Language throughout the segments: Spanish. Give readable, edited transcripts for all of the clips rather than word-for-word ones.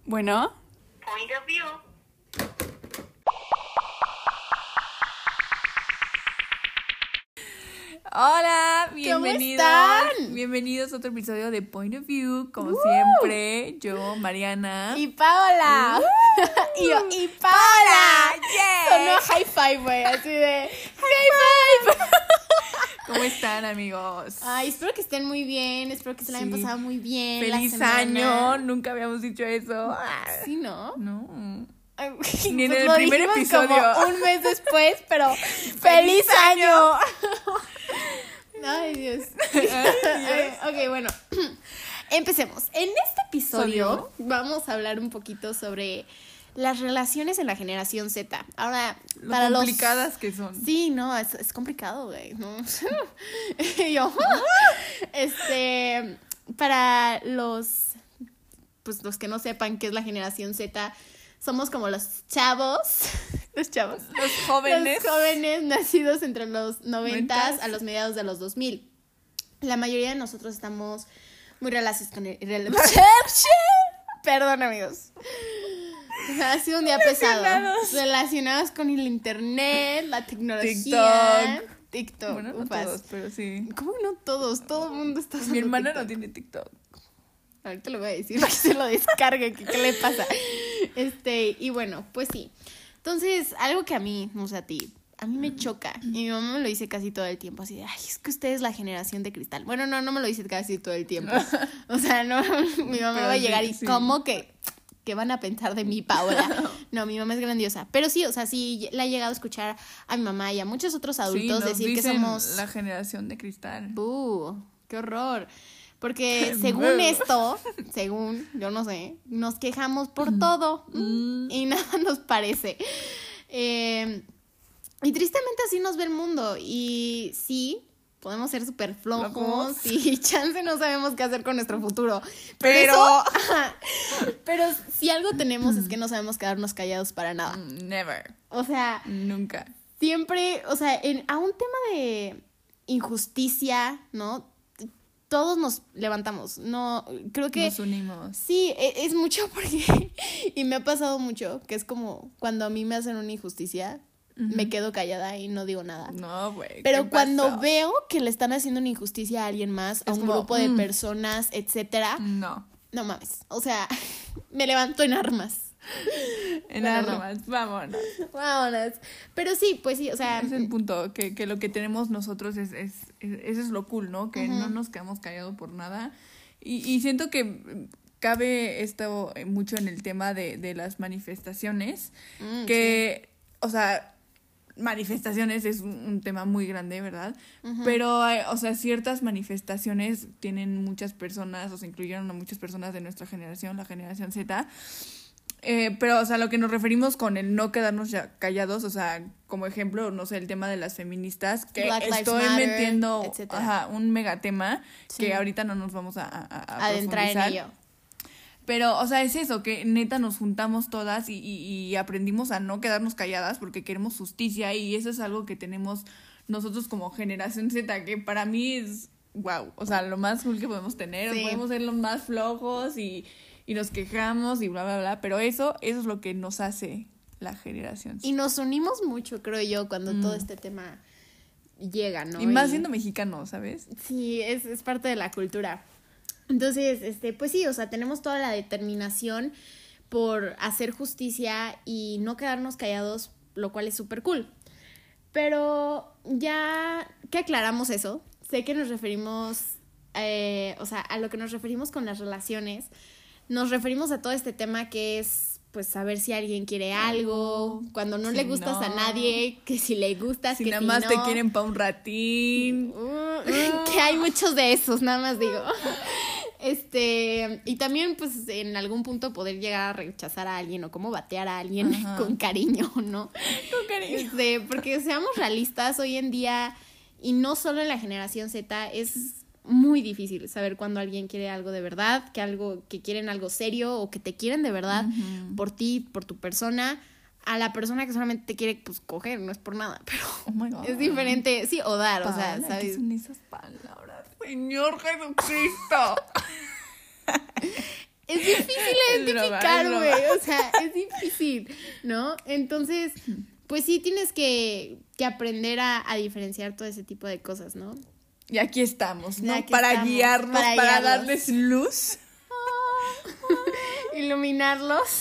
Bueno. Point of view. Hola, bienvenidos. ¿Cómo están? Bienvenidos a otro episodio de Point of View. Como siempre, yo, Mariana. Y Paola. Y Paola. Yeah. Sonó high five, güey. Así de high five. ¿Cómo están, amigos? Ay, espero que estén muy bien. Espero que se la hayan Sí. pasado muy bien. Feliz la semana. año. Nunca habíamos dicho eso. Sí, ¿no? No. Ay, Ni en pues el lo primer dijimos episodio. como un mes después, pero ¡feliz año! Ay, Dios. Ok, bueno. Empecemos. En este episodio vamos a hablar un poquito sobre las relaciones en la generación Z. Ahora, Lo para los... complicadas que son. Sí, no, es complicado, güey, ¿no? Y yo, para pues los que no sepan qué es la generación Z, somos como los chavos, los jóvenes nacidos entre los 90s a los mediados de los 2000. La mayoría de nosotros estamos muy relacionados con el... Perdón, amigos. Ha sido un día pesado. Relacionados con el internet, la tecnología. TikTok. Bueno, no ufas. todos, pero sí. ¿Cómo no todos? Todo el mundo está usando Mi hermana TikTok. no tiene TikTok. Ahorita le voy a decir para que se lo descargue, que qué le pasa. Y bueno, pues sí. Entonces, algo que a mí, no sé a ti, a mí me choca. Y mi mamá me lo dice casi todo el tiempo, así de, ay, es que usted es la generación de cristal. Bueno, no me lo dice casi todo el tiempo. O sea, no, mi mamá Pero va a llegar sí, y sí. ¿cómo que qué van a pensar de mí, Paola? No, mi mamá es grandiosa. Pero sí, o sea, sí le ha llegado a escuchar a mi mamá y a muchos otros adultos nos decir que dicen somos... la generación de cristal. ¡Qué horror! Porque según esto, yo no sé, nos quejamos por todo y nada nos parece. Y tristemente así nos ve el mundo. Y sí, podemos ser súper flojos y chance no sabemos qué hacer con nuestro futuro. Pero si algo tenemos es que no sabemos quedarnos callados para nada. Never. O sea, Nunca. siempre, o sea, a un tema de injusticia, ¿no? Todos nos levantamos, no, creo que... Nos unimos. Sí, es mucho porque, y me ha pasado mucho, que es como cuando a mí me hacen una injusticia, me quedo callada y no digo nada. No, güey. Pero ¿qué cuando pasó? veo que le están haciendo una injusticia a alguien más, a Es un como, grupo de personas, etcétera, No. no mames, o sea, me levanto en armas. En Bueno, no. armas, vámonos. Vámonos. Pero sí, pues sí, o sea... Es el punto, que lo que tenemos nosotros eso es lo cool, ¿no? Que no nos quedamos callados por nada. Y siento que cabe esto mucho en el tema de las manifestaciones, que, o sea, manifestaciones es un tema muy grande, ¿verdad? Pero, o sea, ciertas manifestaciones tienen muchas personas, o se incluyeron a muchas personas de nuestra generación, la generación Z. Pero, o sea, lo que nos referimos con el no quedarnos ya callados, o sea, como ejemplo, no sé, el tema de las feministas, que Black Lives estoy Matter, metiendo etcétera. un megatema Sí. que ahorita no nos vamos a adentrar en profundizar. ello. Pero, o sea, es eso, que neta nos juntamos todas y aprendimos a no quedarnos calladas porque queremos justicia y eso es algo que tenemos nosotros como generación Z, que para mí es wow, o sea, lo más cool que podemos tener, Sí. podemos ser los más flojos y nos quejamos y bla, bla, bla, pero eso es lo que nos hace la generación. Y nos unimos mucho, creo yo, cuando todo este tema llega, ¿no? Y más siendo mexicano, ¿sabes? Sí, es parte de la cultura. Entonces, pues sí, o sea, tenemos toda la determinación por hacer justicia y no quedarnos callados, lo cual es súper cool. Pero ya que aclaramos eso, sé que nos referimos, o sea, a lo que nos referimos con las relaciones, nos referimos a todo este tema que es, pues, saber si alguien quiere algo, cuando no Si le gustas no. a nadie, que si le gustas, Si que nada si más no. te quieren pa' un ratín. Que hay muchos de esos, nada más digo. Y también, pues, en algún punto poder llegar a rechazar a alguien o cómo batear a alguien con cariño, ¿no? Con cariño. Porque seamos realistas, hoy en día, y no solo en la generación Z, es muy difícil saber cuando alguien quiere algo de verdad, que quieren algo serio o que te quieren de verdad por ti, por tu persona, a la persona que solamente te quiere, pues, coger, no es por nada, pero Oh my God. es diferente, sí, o dar, o sea, ¿Qué ¿sabes? son esas palabras? Señor Jesucristo. es difícil identificar, güey. O sea, es difícil, ¿no? Entonces, pues sí tienes que aprender a diferenciar todo ese tipo de cosas, ¿no? Y aquí estamos, ¿no? Aquí para estamos, guiarnos, para darles luz. Iluminarlos.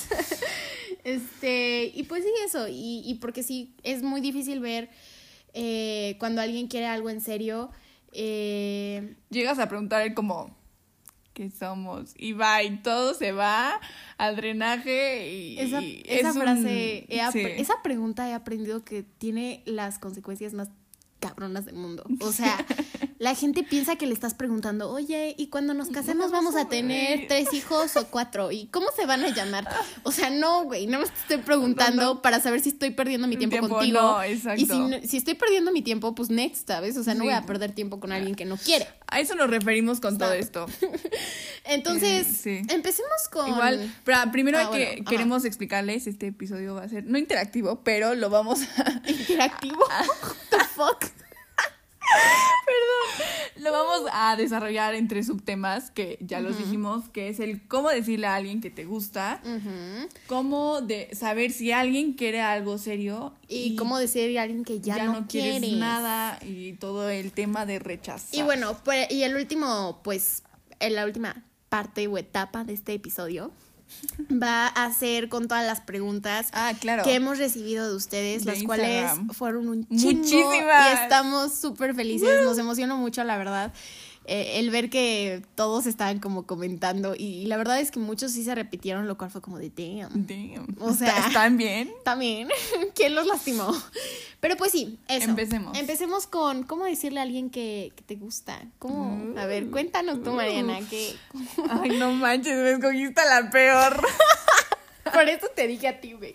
Y pues sí, eso. Y porque sí, es muy difícil ver cuando alguien quiere algo en serio. Llegas a preguntar como, ¿qué somos? Y va, y todo se va al drenaje y esa frase, sí. esa pregunta he aprendido que tiene las consecuencias más cabronas del mundo. O sea, la gente piensa que le estás preguntando, oye, ¿y cuando nos casemos vamos a tener 3 hijos o 4? ¿Y cómo se van a llamar? O sea, no, güey, nada más te estoy preguntando para saber si estoy perdiendo mi tiempo contigo. No, exacto. Y si estoy perdiendo mi tiempo, pues next, ¿sabes? O sea, no voy a perder tiempo con alguien que no quiere. A eso nos referimos con todo esto. Entonces, empecemos con... Igual, pero primero queremos explicarles, este episodio va a ser, no interactivo, pero lo vamos a... ¿Interactivo? What the fuck? Perdón. Lo vamos a desarrollar en 3 subtemas que ya los dijimos, que es el cómo decirle a alguien que te gusta, cómo de saber si alguien quiere algo serio y cómo decirle a alguien que ya no quieres quieres nada, y todo el tema de rechazar. Y bueno, pues, y el último, pues, en la última parte o etapa de este episodio va a ser con todas las preguntas que hemos recibido de ustedes, de las Instagram. Cuales fueron un chingo. Muchísimas. Y estamos súper felices, nos emocionó mucho, la verdad, el ver que todos estaban como comentando, y la verdad es que muchos sí se repitieron, lo cual fue como de damn. O sea, ¿están bien? También, ¿quién los lastimó? Pero pues sí, eso. Empecemos con cómo decirle a alguien que te gusta. ¿Cómo? A ver, cuéntanos tú, Mariana. Ay, no manches, me escogiste la peor. Por eso te dije a ti, güey.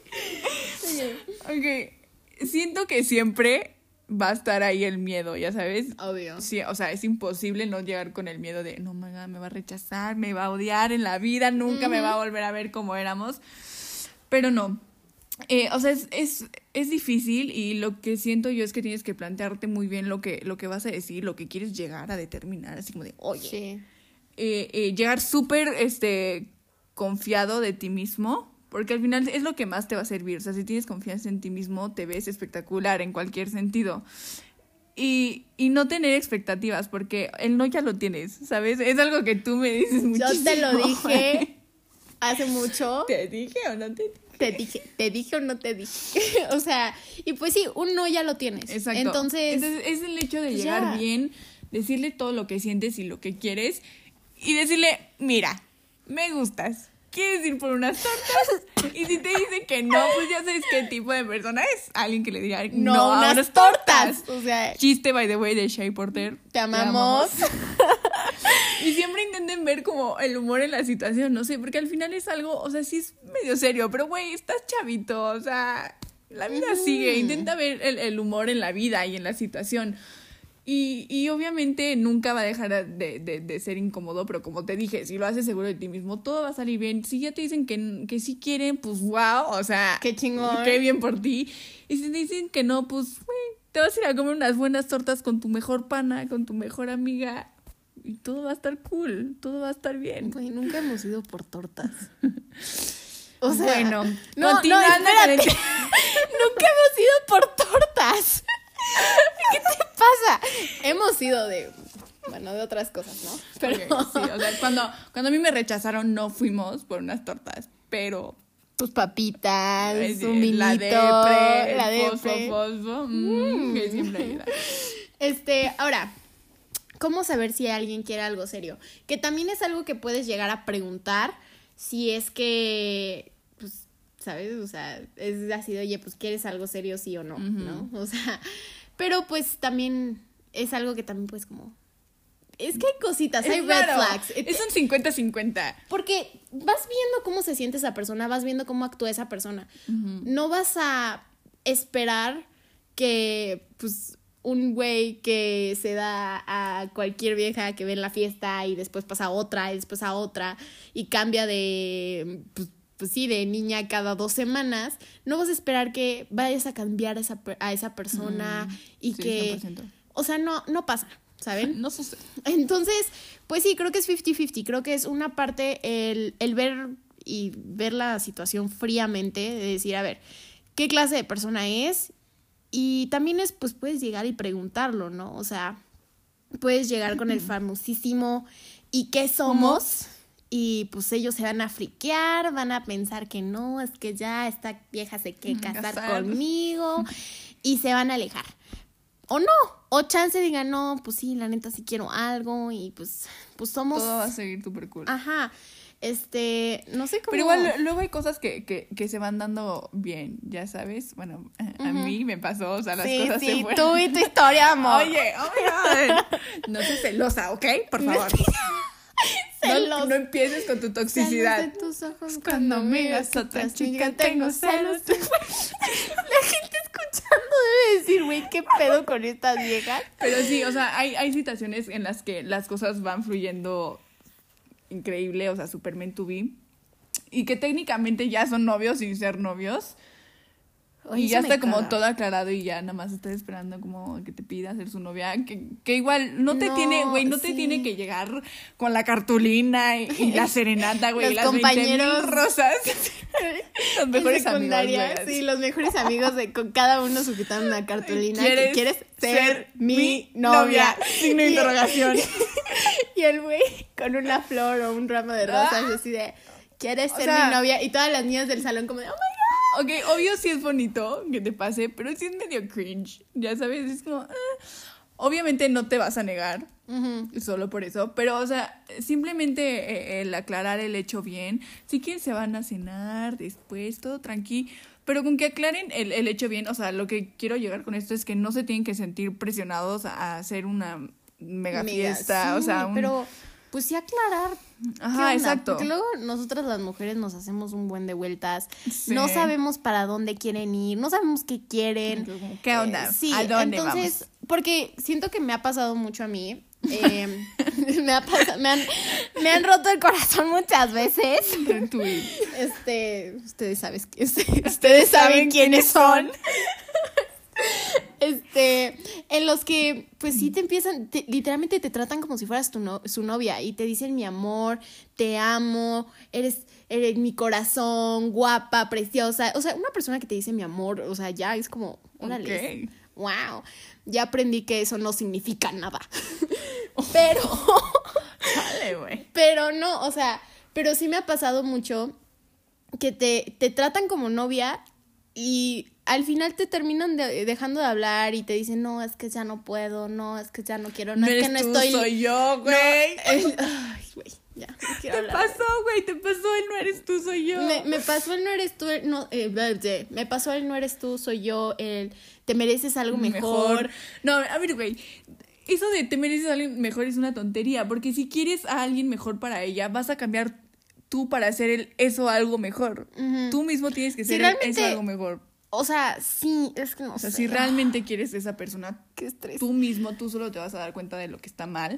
Ok, siento que siempre va a estar ahí el miedo, ya sabes. Obvio. Sí, o sea, es imposible no llegar con el miedo de, no, me va a rechazar, me va a odiar en la vida, nunca me va a volver a ver como éramos. Pero no. O sea, es difícil, y lo que siento yo es que tienes que plantearte muy bien lo que vas a decir, lo que quieres llegar a determinar, así como de, oye, llegar súper confiado de ti mismo, porque al final es lo que más te va a servir. O sea, si tienes confianza en ti mismo, te ves espectacular en cualquier sentido. Y no tener expectativas, porque el no ya lo tienes, ¿sabes? Es algo que tú me dices muchísimo. Yo te lo dije hace mucho. ¿Te dije o no te dije? Te dije o no te dije. O sea, y pues sí, un no ya lo tienes. Exacto. Entonces es el hecho de llegar bien, decirle todo lo que sientes y lo que quieres, y decirle, mira, me gustas, ¿quieres ir por unas tortas? Y si te dicen que no, pues ya sabes qué tipo de persona es. Alguien que le diga no a unas tortas. O sea, chiste, by the way, de Shea Porter. Te amamos. Y siempre intenten ver como el humor en la situación, no sé, porque al final es algo, o sea, sí es medio serio, pero güey, estás chavito, o sea, la vida sigue. Intenta ver el humor en la vida y en la situación. Y obviamente nunca va a dejar de ser incómodo, pero como te dije, si lo haces seguro de ti mismo, todo va a salir bien. Si ya te dicen que sí quieren, pues wow, o sea, qué chingón, qué bien por ti. Y si te dicen que no, pues güey, te vas a ir a comer unas buenas tortas con tu mejor pana, con tu mejor amiga, y todo va a estar cool, todo va a estar bien. Güey, nunca hemos ido por tortas. O sea, bueno, continuando espérate. Nunca hemos ido por tortas. ¿Qué te pasa? Hemos ido de otras cosas, ¿no? Pero sí, o sea, cuando a mí me rechazaron no fuimos por unas tortas, pero tus papitas, un vinito, la depre, fosfo, que siempre ayuda. Ahora, ¿cómo saber si alguien quiere algo serio? Que también es algo que puedes llegar a preguntar si es que, pues, ¿sabes? O sea, es así de, oye, pues, ¿quieres algo serio, sí o no? ¿No? O sea, pero pues también es algo que también pues como... Es que hay cositas, hay red flags. Es un 50-50. Porque vas viendo cómo se siente esa persona, vas viendo cómo actúa esa persona. No vas a esperar que, pues, un güey que se da a cualquier vieja que ve en la fiesta y después pasa a otra y después a otra y cambia de... pues sí, de niña cada 2 semanas, no vas a esperar que vayas a cambiar a esa persona y sí, que... 100%. O sea, no pasa, ¿saben? No sucede. Entonces, pues sí, creo que es 50-50. Creo que es una parte el ver y ver la situación fríamente, de decir, a ver, ¿qué clase de persona es? Y también es, pues puedes llegar y preguntarlo, ¿no? O sea, puedes llegar con el famosísimo ¿y qué somos? Y pues ellos se van a friquear, van a pensar que no, es que ya esta vieja se quiere casar conmigo y se van a alejar. O no, o chance digan, no, pues sí, la neta sí quiero algo y pues somos... Todo va a seguir súper cool. Ajá, no sé cómo... Pero igual luego hay cosas que se van dando bien, ya sabes. Bueno, a mí me pasó, o sea, las cosas se fueron. Tú y tu historia, amor. Oye, no seas celosa, ¿ok? Por favor. No empieces con tu toxicidad. Celos de tus ojos cuando miras a otra chica, tengo celos. La gente escuchando debe decir, güey, ¿qué pedo con estas viejas? Pero sí, o sea, hay situaciones en las que las cosas van fluyendo increíble, o sea, super meant to be. Y que técnicamente ya son novios sin ser novios. Oye, y ya está como todo aclarado y ya nada más estás esperando como que te pida ser su novia. Que igual no te tiene, güey, no te tiene que llegar con la cartulina y la serenata, güey, los las compañeros 20,000 rosas. Los mejores amigos, güey. Sí, los mejores amigos con cada uno sujetando una cartulina. ¿Quieres ser mi novia? Signo de interrogación. Y el güey con una flor o un ramo de rosas así de, ¿quieres ser mi novia? Y todas las niñas del salón como de, oh my God. Ok, obvio sí es bonito que te pase, pero sí es medio cringe, ya sabes, es como... Obviamente no te vas a negar, solo por eso, pero, o sea, simplemente el aclarar el hecho bien. Si quieren se van a cenar después, todo tranqui, pero con que aclaren el hecho bien, o sea, lo que quiero llegar con esto es que no se tienen que sentir presionados a hacer una mega fiesta, sí, o sea... pero... Pues sí aclarar. Ajá, exacto. Porque luego nosotras las mujeres nos hacemos un buen de vueltas. Sí. No sabemos para dónde quieren ir, no sabemos qué quieren. ¿Qué onda? Sí, ¿a dónde entonces, vamos? Porque siento que me ha pasado mucho a mí. Me han roto el corazón muchas veces. Ustedes saben quiénes son. En los que pues sí te empiezan, literalmente te tratan como si fueras su novia y te dicen mi amor, te amo, eres mi corazón, guapa, preciosa. O sea, una persona que te dice mi amor, o sea, ya es como, órale, okay. Wow, ya aprendí que eso no significa nada. Pero Chale, güey. Pero no, o sea, pero sí me ha pasado mucho que te tratan como novia y al final te terminan dejando de hablar y te dicen, no, es que ya no puedo, no, es que ya no quiero, no, es que no estoy... soy yo, güey. Ay, güey, ya, no quiero hablar. Te pasó, güey, te pasó el no eres tú, soy yo. Me pasó el no eres tú, no, me pasó el no eres tú, soy yo, el te mereces algo mejor. No, a ver, güey, eso de te mereces algo mejor es una tontería, porque si quieres a alguien mejor para ella, vas a cambiar tú para hacer eso algo mejor. Tú mismo tienes que ser eso algo mejor. O sea, sí, es que no sé. O sea, si realmente quieres a esa persona, qué estrés. Tú mismo, tú solo te vas a dar cuenta de lo que está mal.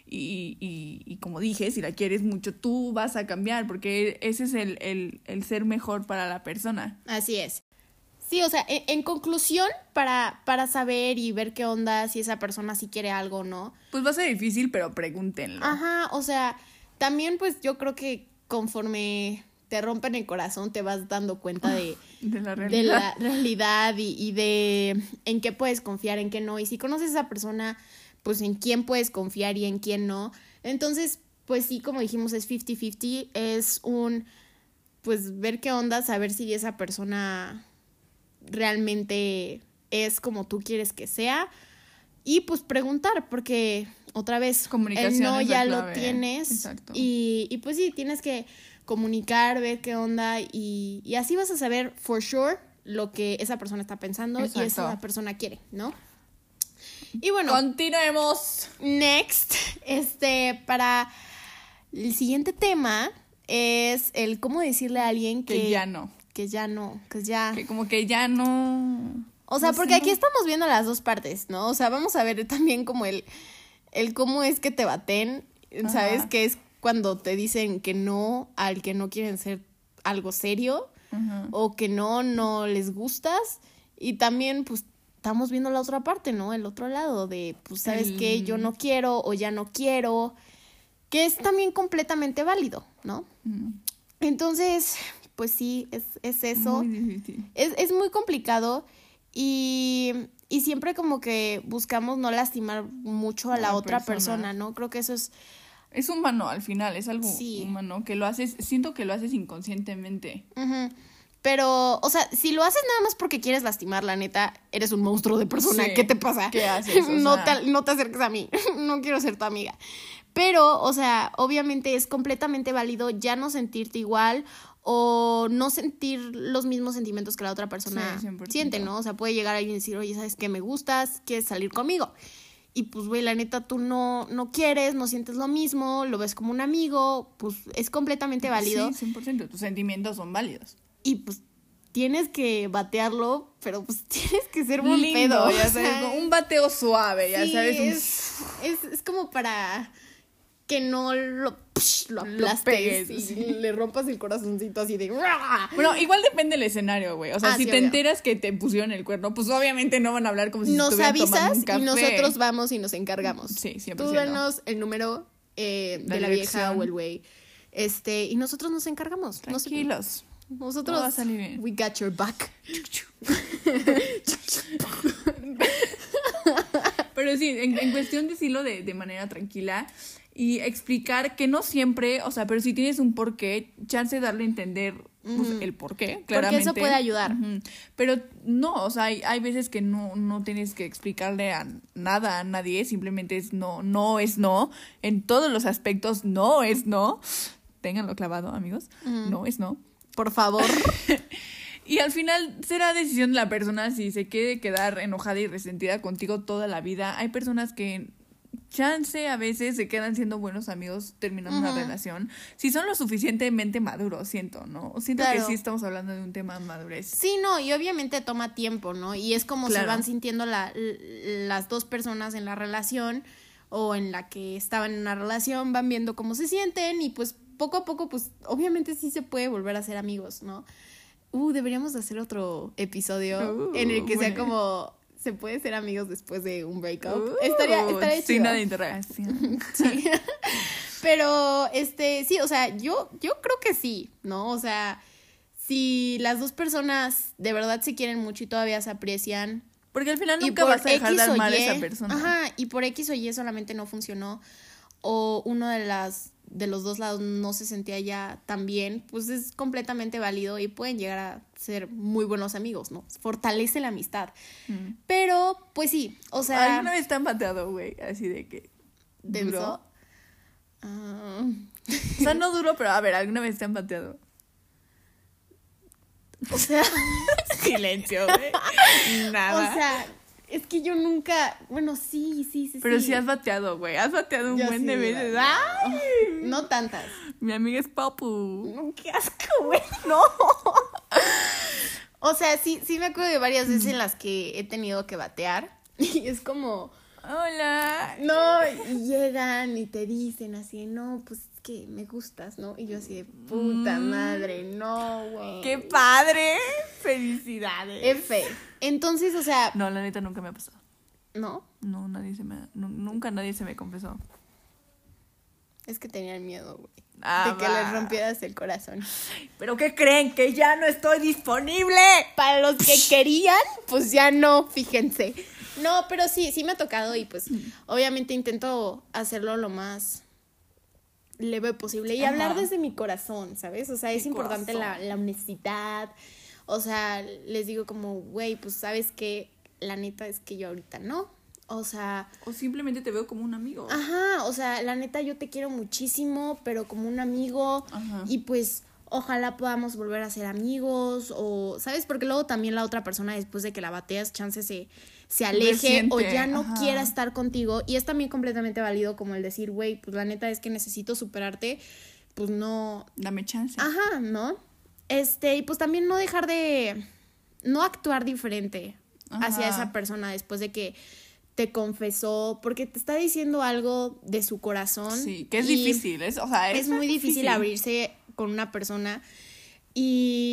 Y como dije, si la quieres mucho, tú vas a cambiar, porque ese es el ser mejor para la persona. Así es. Sí, o sea, en conclusión, para saber y ver qué onda, si esa persona sí quiere algo o no. Pues va a ser difícil, pero pregúntenlo. Ajá, o sea, también pues yo creo que conforme te rompen el corazón te vas dando cuenta de la realidad y de en qué puedes confiar, en qué no. Y si conoces a esa persona, pues en quién puedes confiar y en quién no. Entonces, pues sí, como dijimos, es 50-50. Es pues ver qué onda, saber si esa persona realmente es como tú quieres que sea. Y pues preguntar, porque otra vez, comunicación el no ya clave. Lo tienes. Exacto. Y pues sí, tienes que comunicar, ver qué onda y así vas a saber for sure lo que esa persona está pensando. Exacto. Y esa persona quiere, ¿no? Y bueno, continuemos. Next, para el siguiente tema es el cómo decirle a alguien que ya no. Que ya no, que ya. Que como que ya no. O sea, no porque aquí estamos viendo las dos partes, ¿no? O sea, vamos a ver también como el cómo es que te baten, ¿sabes? Que es cuando te dicen que no al que no quieren ser algo serio. O que no les gustas. Y también, pues, estamos viendo la otra parte, ¿no? El otro lado de, pues, ¿sabes qué? Yo no quiero o ya no quiero, que es también completamente válido, ¿no? Entonces, pues sí, es eso. Muy difícil. Es muy complicado y siempre como que buscamos no lastimar mucho a la otra persona, ¿no? Creo que eso es... Es humano al final, es algo humano, que lo haces, siento que lo haces inconscientemente. Uh-huh. Pero, o sea, si lo haces nada más porque quieres lastimar, la neta, eres un monstruo de persona. Sí. ¿Qué te pasa? ¿Qué haces? No te acerques a mí, no quiero ser tu amiga. Pero, o sea, obviamente es completamente válido ya no sentirte igual o no sentir los mismos sentimientos que la otra persona siente, ¿no? O sea, puede llegar alguien y decir, oye, ¿sabes qué? Me gustas, ¿quieres salir conmigo? Y pues, güey, la neta, tú no quieres, no sientes lo mismo, lo ves como un amigo, pues es completamente válido. Sí, 100%, tus sentimientos son válidos. Y pues tienes que batearlo, pero pues tienes que ser buen lindo, pedo. Ya sabes, un bateo suave, ya sabes. Es como para que no lo aplastes y le rompas el corazoncito así de... Bueno, igual depende del escenario, güey. O sea, si te enteras que te pusieron el cuerno, pues obviamente no van a hablar como si estuvieran tomando un café. Nos avisas y nosotros vamos y nos encargamos. Sí, 100%. Tú danos el número de la vieja o el güey. Y nosotros nos encargamos. Tranquilos. Nosotros, va a salir bien. We got your back. Pero sí, en cuestión de decirlo de manera tranquila y explicar que no siempre, o sea, pero si tienes un porqué, chance de darle a entender pues, el porqué, claramente. Porque eso puede ayudar. Pero no, o sea, hay veces que no tienes que explicarle nada a nadie, simplemente es no es no. En todos los aspectos, no es no. Ténganlo clavado, amigos. No es no. Por favor. Y al final será decisión de la persona si se quiere quedar enojada y resentida contigo toda la vida. Hay personas que chance a veces se quedan siendo buenos amigos terminando una relación. Si son lo suficientemente maduros, siento, ¿no? Siento que sí estamos hablando de un tema de madurez. Sí, no, y obviamente toma tiempo, ¿no? Y es como se van sintiendo las dos personas en la relación o en la que estaban en una relación, van viendo cómo se sienten y pues poco a poco, pues, obviamente sí se puede volver a ser amigos, ¿no? Deberíamos hacer otro episodio en el que sea como... ¿Se puede ser amigos después de un breakup? Estaría chido. Signo de interrogación. Sí. Pero, sí, o sea, yo creo que sí, ¿no? O sea, si las dos personas de verdad se quieren mucho y todavía se aprecian... Porque al final nunca vas a dejar de amar a esa persona. Ajá, y por X o Y solamente no funcionó, o uno de los dos lados no se sentía ya tan bien, pues es completamente válido y pueden llegar a ser muy buenos amigos, ¿no? Fortalece la amistad. Pero, pues sí, o sea... ¿Alguna vez te han pateado, güey? Así de que... ¿Denso? O sea, no duro, pero a ver, ¿alguna vez te han pateado? O sea... Silencio, güey. Nada. O sea... Es que yo nunca... Bueno, sí. Pero sí has bateado, güey. Has bateado un buen de veces. ¡Ay! No tantas. Mi amiga es Papu. No, qué asco, güey. No. O sea, sí me acuerdo de varias veces en las que he tenido que batear. Y es como... Hola. No, y llegan y te dicen así, no, pues es que me gustas, ¿no? Y yo así de puta madre, no, güey. ¡Qué padre! ¡Felicidades! F. Entonces, o sea... No, la neta nunca me ha pasado. ¿No? No, nunca nadie se me confesó. Es que tenían miedo, güey. De que les rompieras el corazón. ¿Pero qué creen? ¿Que ya no estoy disponible? Para los que querían, pues ya no, fíjense. No, pero sí me ha tocado y pues obviamente intento hacerlo lo más leve posible y hablar desde mi corazón, ¿sabes? O sea, es importante la honestidad. O sea, les digo como, güey, pues sabes que la neta es que yo ahorita no. O sea... O simplemente te veo como un amigo. Ajá, o sea, la neta yo te quiero muchísimo, pero como un amigo. Ajá. Y pues ojalá podamos volver a ser amigos o, ¿sabes? Porque luego también la otra persona después de que la bateas, chance se aleje o ya no quiera estar contigo. Y es también completamente válido como el decir, güey, pues la neta es que necesito superarte, pues no... Dame chance. Ajá, ¿no? Y pues también no dejar de... No actuar diferente hacia esa persona después de que te confesó, porque te está diciendo algo de su corazón. Sí, que es difícil, es muy difícil abrirse con una persona y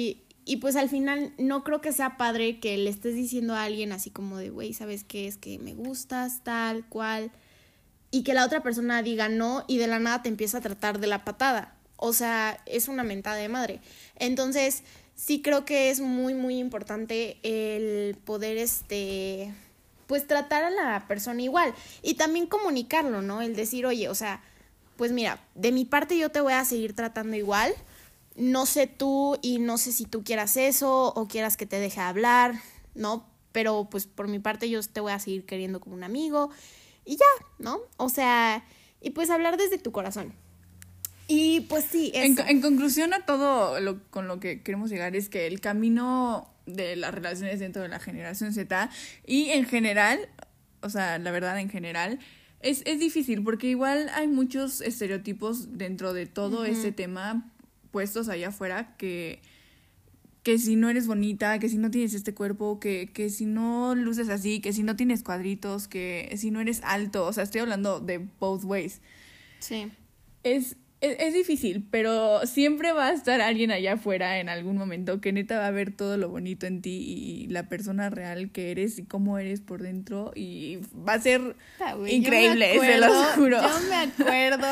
Y pues al final no creo que sea padre que le estés diciendo a alguien así como de, güey, ¿sabes qué? Es que me gustas, tal, cual. Y que la otra persona diga no y de la nada te empieza a tratar de la patada. O sea, es una mentada de madre. Entonces, sí creo que es muy, muy importante el poder, pues tratar a la persona igual. Y también comunicarlo, ¿no? El decir, oye, o sea, pues mira, de mi parte yo te voy a seguir tratando igual. No sé tú y no sé si tú quieras eso o quieras que te deje hablar, ¿no? Pero pues por mi parte yo te voy a seguir queriendo como un amigo y ya, ¿no? O sea, y pues hablar desde tu corazón. Y pues sí, eso. En conclusión a todo con lo que queremos llegar es que el camino de las relaciones dentro de la generación Z y en general, o sea, la verdad en general, es difícil porque igual hay muchos estereotipos dentro de todo ese tema puestos allá afuera que si no eres bonita, que si no tienes este cuerpo, que si no luces así, que si no tienes cuadritos, que si no eres alto, o sea, estoy hablando de both ways. Sí. Es difícil, pero siempre va a estar alguien allá afuera en algún momento que neta va a ver todo lo bonito en ti y la persona real que eres y cómo eres por dentro y va a ser increíble, se lo juro. Yo me acuerdo.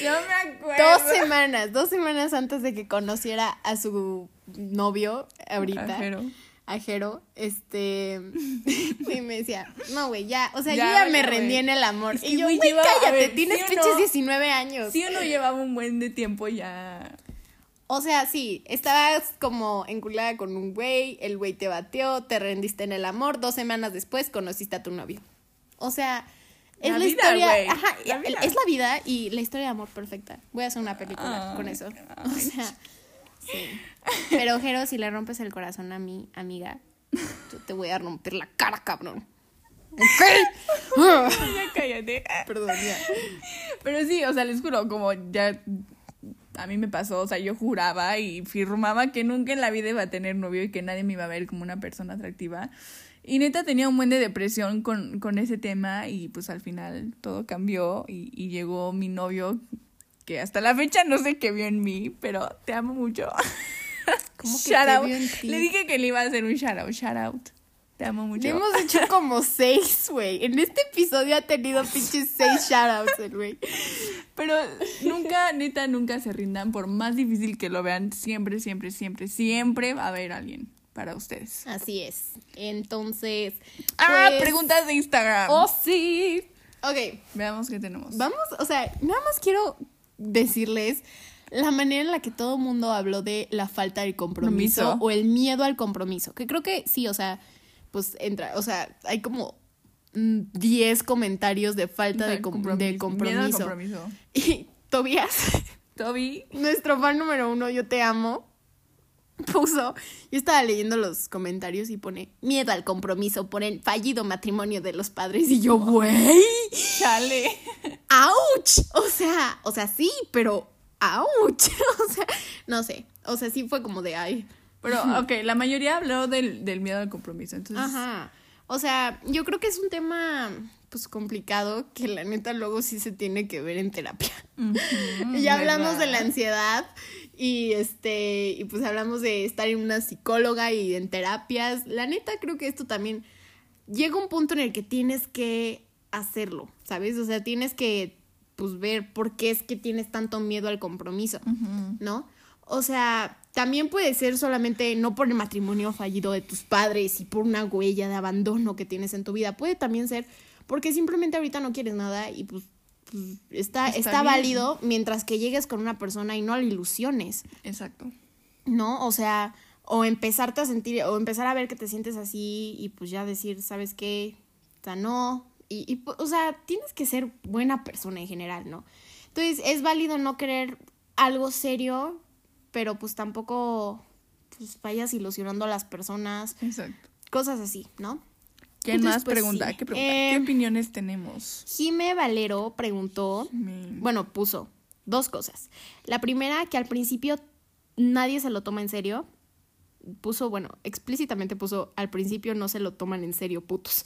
2 semanas antes de que conociera a su novio ahorita. A Jero, y me decía, no, güey, ya, o sea, yo ya me rendí en el amor. Es que, y yo, güey, cállate, tienes pinches 19 años. Sí, uno llevaba un buen de tiempo ya. O sea, sí, estabas como enculada con un güey, el güey te bateó, te rendiste en el amor, 2 semanas después conociste a tu novio. O sea, es la historia, wey. Ajá, es la vida y la historia de amor perfecta. Voy a hacer una película con eso. O sea, sí. Pero, Jero, si le rompes el corazón a mi amiga, yo te voy a romper la cara, cabrón. ¿Ok? Ya cállate. Perdón, ya. Pero sí, o sea, les juro, como ya a mí me pasó, o sea, yo juraba y firmaba que nunca en la vida iba a tener novio y que nadie me iba a ver como una persona atractiva. Y neta tenía un buen de depresión con ese tema y pues al final todo cambió y llegó mi novio que hasta la fecha no sé qué vio en mí, pero te amo mucho. ¿Cómo que shout out? Vio en ti? Le dije que le iba a hacer un shout out. Te amo mucho. Le hemos hecho como 6, güey. En este episodio ha tenido pinches 6 shout outs el güey. Pero nunca, neta, nunca se rindan. Por más difícil que lo vean, siempre, siempre, siempre, siempre va a haber alguien para ustedes. Así es. Entonces, preguntas de Instagram. ¡Oh, sí! Ok. Veamos qué tenemos. Vamos, o sea, nada más quiero decirles la manera en la que todo el mundo habló de la falta de compromiso o el miedo al compromiso. Que creo que sí, o sea, pues entra, o sea, hay como 10 comentarios de falta de compromiso. Miedo al compromiso. Y Toby, nuestro fan número 1, yo te amo, puso, yo estaba leyendo los comentarios y pone miedo al compromiso por el fallido matrimonio de los padres y yo, güey, chale, ouch, o sea, sí, pero ouch, o sea, no sé, o sea, sí fue como de ay. Pero, okay, la mayoría habló del miedo al compromiso, entonces. Ajá, o sea, yo creo que es un tema pues complicado que la neta luego sí se tiene que ver en terapia. Ya hablamos de la ansiedad y y pues hablamos de estar en una psicóloga y en terapias. La neta creo que esto también llega un punto en el que tienes que hacerlo, ¿sabes? O sea, tienes que pues ver por qué es que tienes tanto miedo al compromiso, ¿no? O sea, también puede ser solamente no por el matrimonio fallido de tus padres y por una huella de abandono que tienes en tu vida. Puede también ser porque simplemente ahorita no quieres nada y pues está válido mientras que llegues con una persona y no la ilusiones. Exacto. ¿No? O sea, o empezarte a sentir, o empezar a ver que te sientes así y pues ya decir, ¿sabes qué? O sea, no. Y o sea, tienes que ser buena persona en general, ¿no? Entonces, es válido no querer algo serio, pero pues tampoco pues vayas ilusionando a las personas. Exacto. Cosas así, ¿no? ¿Quién Entonces, más pues, pregunta? sí. ¿Qué opiniones tenemos? Jime Valero preguntó, puso 2 cosas. La primera, que al principio nadie se lo toma en serio. Puso, explícitamente puso, al principio no se lo toman en serio, putos.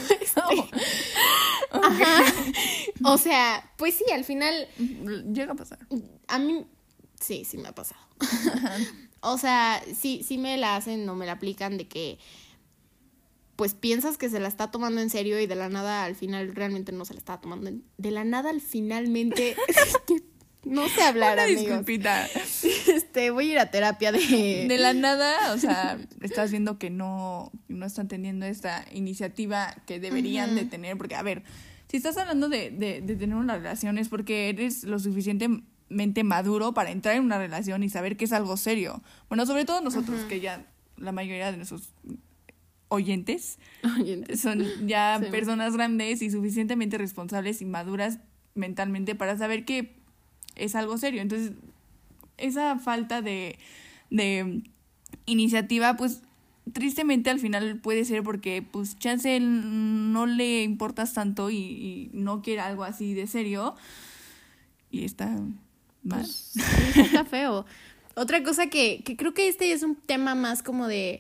Ajá. O sea, pues sí, al final llega a pasar. a mí sí me ha pasado. O sea, sí me la hacen o me la aplican de que pues piensas que se la está tomando en serio y de la nada al final realmente no se la está tomando de la nada al finalmente no sé hablar, amigos. Disculpita. Voy a ir a terapia de la nada, o sea, estás viendo que no están teniendo esta iniciativa que deberían de tener, porque a ver, si estás hablando de tener una relación es porque eres lo suficientemente maduro para entrar en una relación y saber que es algo serio. Bueno, sobre todo nosotros, que ya la mayoría de nuestros oyentes son ya personas grandes y suficientemente responsables y maduras mentalmente para saber que es algo serio. Entonces, esa falta de iniciativa, pues, tristemente al final puede ser porque, pues, chance no le importas tanto y no quiere algo así de serio y está mal. Pues, sí, está feo. Otra cosa que creo que es un tema más como de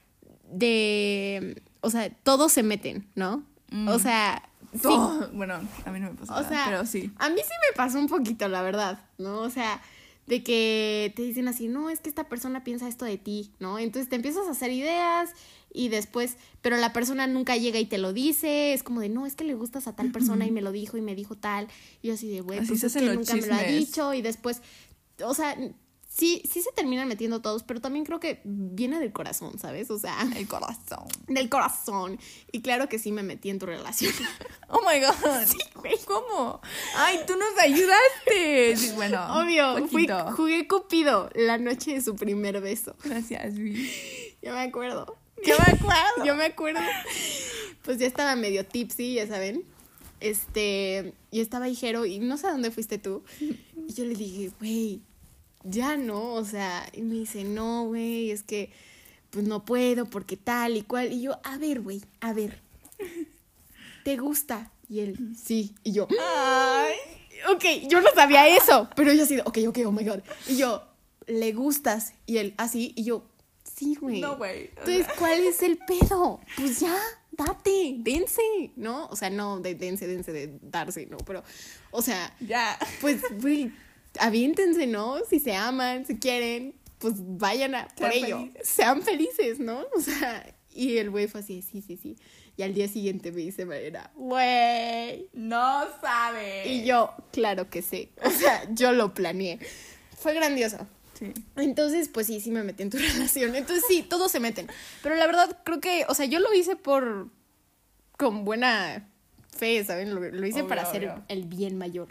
o sea, todos se meten, ¿no? O sea, sí. Bueno, a mí no me pasó o nada, sea, pero sí. A mí sí me pasó un poquito, la verdad, ¿no? O sea, de que te dicen así, no, es que esta persona piensa esto de ti, ¿no? Entonces te empiezas a hacer ideas y después, pero la persona nunca llega y te lo dice, es como de, no, es que le gustas a tal persona y me lo dijo y me dijo tal, y yo así de, güey, pues es que nunca me lo ha dicho, y después, o sea, sí se terminan metiendo todos, pero también creo que viene del corazón, ¿sabes? O sea, el corazón. Del corazón. Y claro que sí me metí en tu relación. Oh my God. Sí, güey. ¿Cómo? Ay, tú nos ayudaste. Sí, bueno, obvio, jugué Cupido la noche de su primer beso. Gracias, Vi. Yo me acuerdo. Yo me acuerdo. Pues ya estaba medio tipsy, ya saben. Y estaba Jero y no sé a dónde fuiste tú. Y yo le dije, güey, ya no, o sea, y me dice, no, güey, es que pues no puedo porque tal y cual. Y yo, a ver, güey, ¿te gusta? Y él, sí. Y yo, ay, ok, yo no sabía eso, pero yo así, ok, oh my God. Y yo, ¿le gustas? Y él, así, y yo, sí, güey. No, güey. Entonces, ¿cuál es el pedo? Pues ya, date, dense, ¿no? O sea, no de dense de darse, no, pero, o sea, ya. Pues, güey, aviéntense, ¿no? Si se aman, si quieren, pues vayan por ello. Felices. Sean felices, ¿no? O sea, y el güey fue así, sí. Y al día siguiente me dice Mariana, güey, no sabes. Y yo, claro que sé. O sea, yo lo planeé. Fue grandioso. Sí. Entonces, pues sí me metí en tu relación. Entonces sí, todos se meten. Pero la verdad, creo que, o sea, yo lo hice con buena fe, ¿saben? Lo hice para hacer el bien mayor.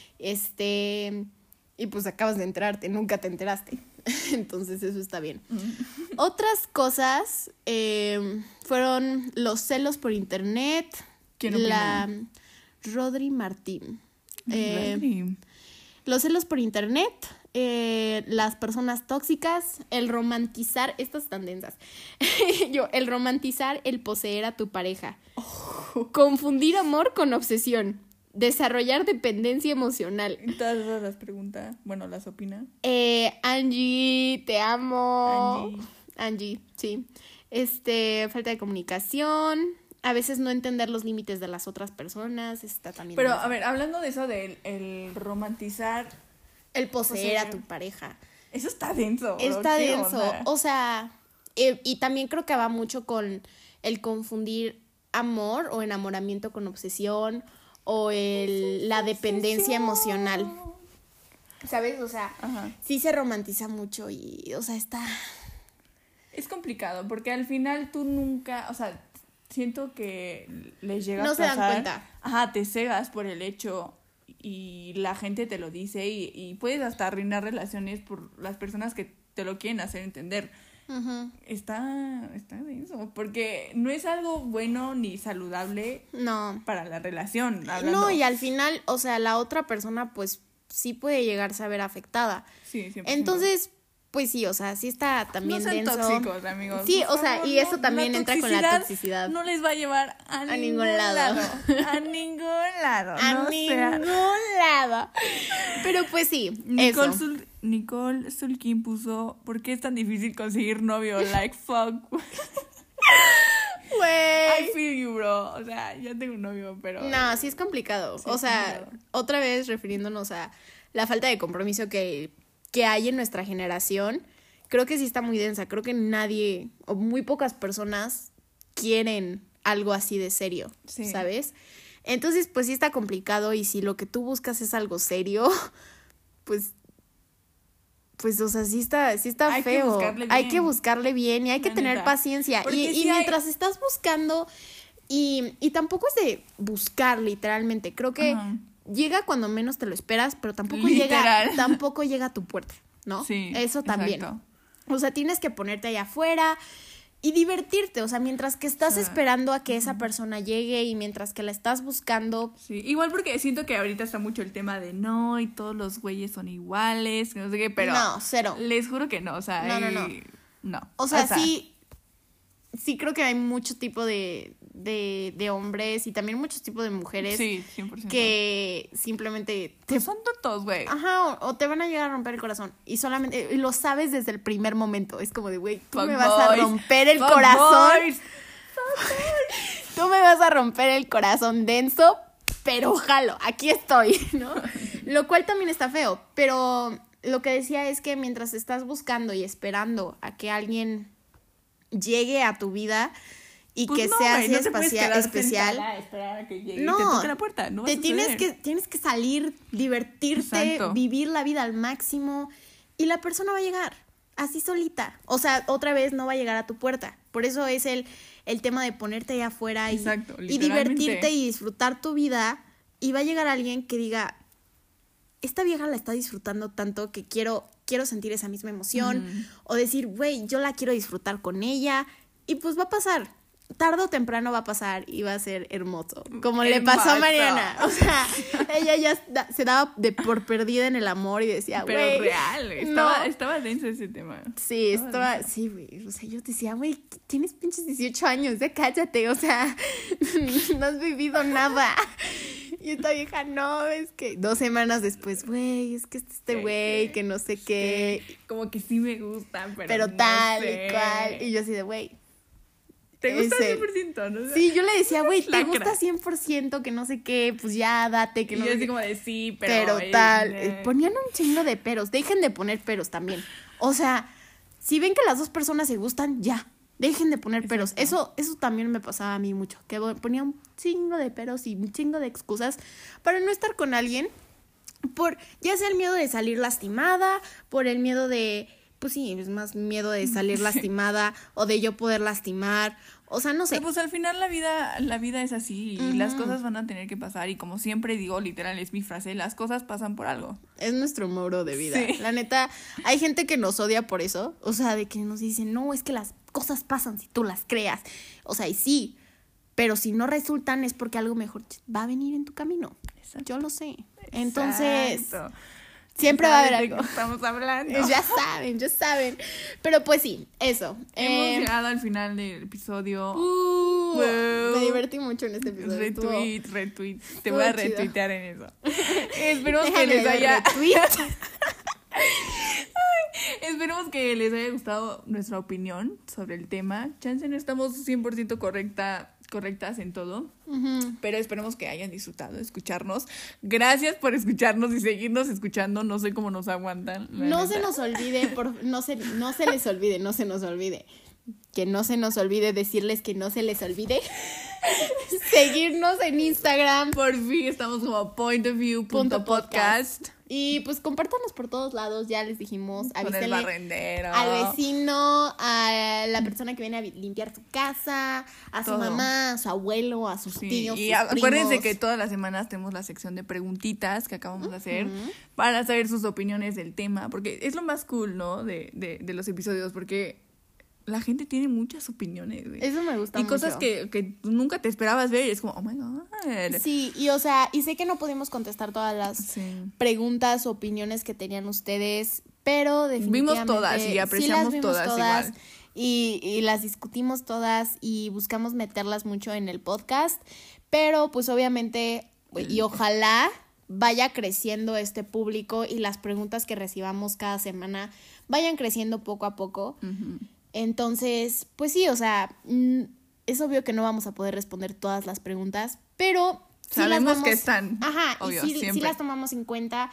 Y pues acabas de enterarte, nunca te enteraste. Entonces eso está bien. Otras cosas fueron los celos por internet. ¿Quién opina? Rodri Martín. Rodri. Los celos por internet, las personas tóxicas, el romantizar, estas están densas. El romantizar el poseer a tu pareja. Confundir amor con obsesión. Desarrollar dependencia emocional. Todas esas las pregunta, bueno, las opina. Angie, te amo. Angie, sí. Falta de comunicación. A veces no entender los límites de las otras personas. Está también. Pero, a ver, hablando de eso del el romantizar. El poseer a tu pareja. Eso está denso. Está denso. Onda? O sea, y también creo que va mucho con el confundir amor o enamoramiento con obsesión. O la dependencia emocional. ¿Sabes? O sea, sí se romantiza mucho y, o sea, está... Es complicado porque al final tú nunca, o sea, siento que les llega a pasar... No se dan cuenta. Ajá, te cegas por el hecho y la gente te lo dice y puedes hasta arruinar relaciones por las personas que te lo quieren hacer entender. Uh-huh. Está denso, porque no es algo bueno ni saludable para la relación. Hablando. No, y al final, o sea, la otra persona pues sí puede llegarse a ver afectada. Sí, 100%. Entonces, pues sí, o sea, sí está también denso. No sean tóxicos, amigos. Sí, o sea, y eso también entra con la toxicidad. No les va a llevar a ningún lado. A ningún lado. A ningún lado. Pero pues sí, Nicole Sulkin puso, ¿por qué es tan difícil conseguir novio? Like, fuck. Güey. I feel you, bro. O sea, ya tengo un novio, pero... No, sí es complicado. Sí, o sea, otra vez refiriéndonos a la falta de compromiso que hay en nuestra generación, creo que sí está muy densa. Creo que nadie o muy pocas personas quieren algo así de serio, ¿sabes? Entonces, pues sí está complicado y si lo que tú buscas es algo serio, pues o sea, sí está feo. Hay que buscarle bien y hay que tener paciencia. Y mientras estás buscando, y tampoco es de buscar literalmente, creo que llega cuando menos te lo esperas, pero tampoco llega a tu puerta, ¿no? Sí, eso también. Exacto. O sea, tienes que ponerte allá afuera y divertirte, o sea, mientras que estás esperando a que esa persona llegue y mientras que la estás buscando. Sí, igual porque siento que ahorita está mucho el tema de no, y todos los güeyes son iguales, no sé qué, pero no, cero. Les juro que no, o sea, no. O sea, sí creo que hay mucho tipo de hombres y también muchos tipos de mujeres. Sí, 100%. Que simplemente son tontos, güey. Ajá, o te van a llegar a romper el corazón y solamente lo sabes desde el primer momento. Es como de, güey, tú me vas a romper el corazón. Tú me vas a romper el corazón denso, pero jalo, aquí estoy, ¿no? Lo cual también está feo, pero lo que decía es que mientras estás buscando y esperando a que alguien llegue a tu vida y pues que sea así especial, esperar a que llegue y te toque la puerta, no vas a tienes que salir, divertirte, exacto, vivir la vida al máximo y la persona va a llegar así solita, o sea, otra vez no va a llegar a tu puerta. Por eso es el tema de ponerte allá afuera y divertirte y disfrutar tu vida, y va a llegar alguien que diga, esta vieja la está disfrutando tanto que quiero sentir esa misma emoción, o decir, güey, yo la quiero disfrutar con ella, y pues va a pasar, tarde o temprano va a pasar y va a ser hermoso, como le pasó a Mariana. O sea, ella ya se daba por perdida en el amor y decía, güey, pero real, estaba denso ese tema. Sí, sí, güey, o sea, yo decía, güey, tienes pinches 18 años, ya cállate, o sea, no has vivido nada. Y esta vieja, no, es que 2 semanas después, güey, es que este güey, que no sé qué. Como que sí me gusta, pero no tal sé. Y cual. Y yo así de, güey. ¿Te gusta 100%? ¿No? Sí, yo le decía, güey, ¿te gusta 100%? Que no sé qué, pues ya, date. Que y no yo sé así qué. como de sí, pero tal. Ponían un chingo de peros. Dejen de poner peros también. O sea, si ven que las 2 personas se gustan, ya. Dejen de poner peros. Eso también me pasaba a mí mucho. Que ponía un chingo de peros y un chingo de excusas para no estar con alguien. Por ya sea el miedo de salir lastimada, por el miedo de... Pues sí, es más miedo de salir lastimada o de yo poder lastimar. O sea, no sé. Pero pues al final la vida es así y las cosas van a tener que pasar. Y como siempre digo, literal, es mi frase, las cosas pasan por algo. Es nuestro modo de vida. Sí. La neta, hay gente que nos odia por eso. O sea, de que nos dicen, no, es que las cosas pasan si tú las creas. O sea, y sí, pero si no resultan es porque algo mejor va a venir en tu camino. Exacto. Yo lo sé. Entonces... Exacto. Siempre va a haber algo. Estamos hablando. Ya saben. Pero pues sí, eso. Hemos llegado al final del episodio. Me divertí mucho en este episodio. Retweet. Te voy a retuitear en eso. Esperemos que les haya... Esperemos que les haya gustado nuestra opinión sobre el tema. Chance no estamos 100% correctas en todo, pero esperemos que hayan disfrutado de escucharnos. Gracias por escucharnos y seguirnos escuchando. No sé cómo nos aguantan. No se nos olvide, no se les olvide, no se nos olvide. Que no se nos olvide decirles que no se les olvide seguirnos en Instagram. Por fin estamos como pointofview.podcast. Y pues compártanos por todos lados, ya les dijimos, avísenle barrendero, al vecino, a la persona que viene a limpiar su casa, a su mamá, a su abuelo, a sus tíos, y sus acuérdense primos. que todas las semanas tenemos la sección de preguntitas que acabamos de hacer para saber sus opiniones del tema, porque es lo más cool, ¿no? De los episodios, porque la gente tiene muchas opiniones, güey. Eso me gusta mucho. Y cosas que nunca te esperabas ver y es como, oh my God. Sí, y o sea, y sé que no pudimos contestar todas las preguntas o opiniones que tenían ustedes, pero definitivamente vimos todas y apreciamos todas igual. Y las discutimos todas y buscamos meterlas mucho en el podcast, pero pues obviamente, y ojalá vaya creciendo este público y las preguntas que recibamos cada semana vayan creciendo poco a poco. Entonces, pues sí, o sea, es obvio que no vamos a poder responder todas las preguntas, pero sabemos que están. Ajá, obvio, y sí las tomamos en cuenta.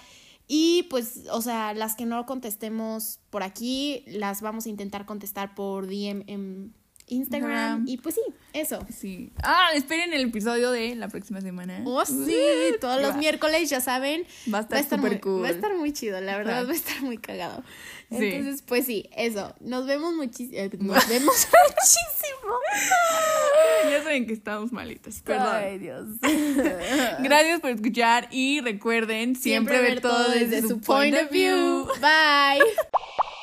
Y pues, o sea, las que no contestemos por aquí, las vamos a intentar contestar por DM en Instagram. Y pues sí, eso. Sí. Esperen el episodio de la próxima semana. Oh, sí, todos los miércoles, ya saben. Va a estar súper cool. Va a estar muy chido, la verdad, va a estar muy cagado. Entonces, pues sí, eso. Nos vemos muchísimo. Nos vemos muchísimo. Ya saben que estamos malitas. Perdón. Ay, Dios. Gracias por escuchar y recuerden siempre ver todo desde su point of view. Bye.